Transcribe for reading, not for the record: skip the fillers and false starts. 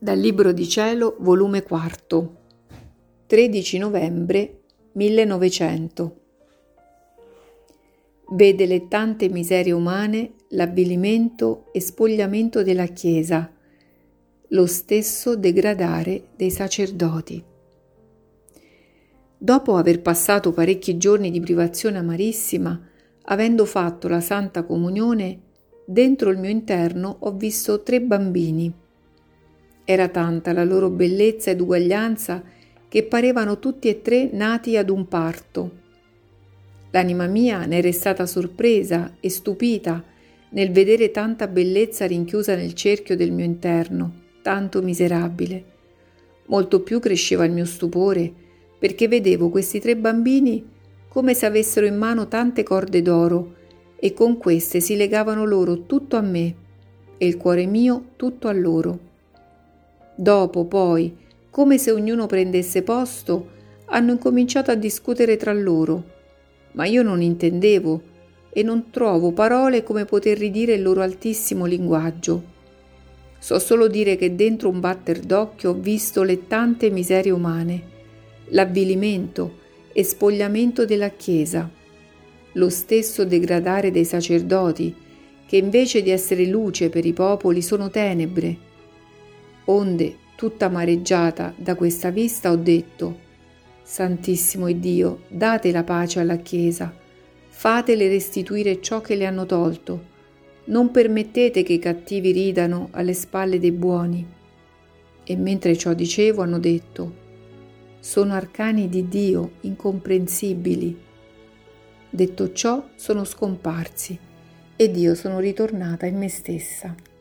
Dal Libro di Cielo, volume 4, 13 novembre 1900. Vede le tante miserie umane, l'avvilimento e spogliamento della Chiesa, lo stesso degradare dei sacerdoti. Dopo aver passato parecchi giorni di privazione amarissima, avendo fatto la Santa Comunione, dentro il mio interno ho visto 3 bambini. Era tanta la loro bellezza ed uguaglianza che parevano tutti e 3 nati ad un parto. L'anima mia ne è restata sorpresa e stupita nel vedere tanta bellezza rinchiusa nel cerchio del mio interno, tanto miserabile. Molto più cresceva il mio stupore, perché vedevo questi 3 bambini come se avessero in mano tante corde d'oro e con queste si legavano loro tutto a me e il cuore mio tutto a loro. Dopo, poi, come se ognuno prendesse posto, hanno incominciato a discutere tra loro, ma io non intendevo e non trovo parole come poter ridire il loro altissimo linguaggio. So solo dire che dentro un batter d'occhio ho visto le tante miserie umane, l'avvilimento e spogliamento della Chiesa, lo stesso degradare dei sacerdoti, che invece di essere luce per i popoli sono tenebre. Onde, tutta amareggiata da questa vista, ho detto: Santissimo Iddio, date la pace alla Chiesa, fatele restituire ciò che le hanno tolto, non permettete che i cattivi ridano alle spalle dei buoni. E mentre ciò dicevo hanno detto: sono arcani di Dio, incomprensibili. Detto ciò sono scomparsi ed io sono ritornata in me stessa.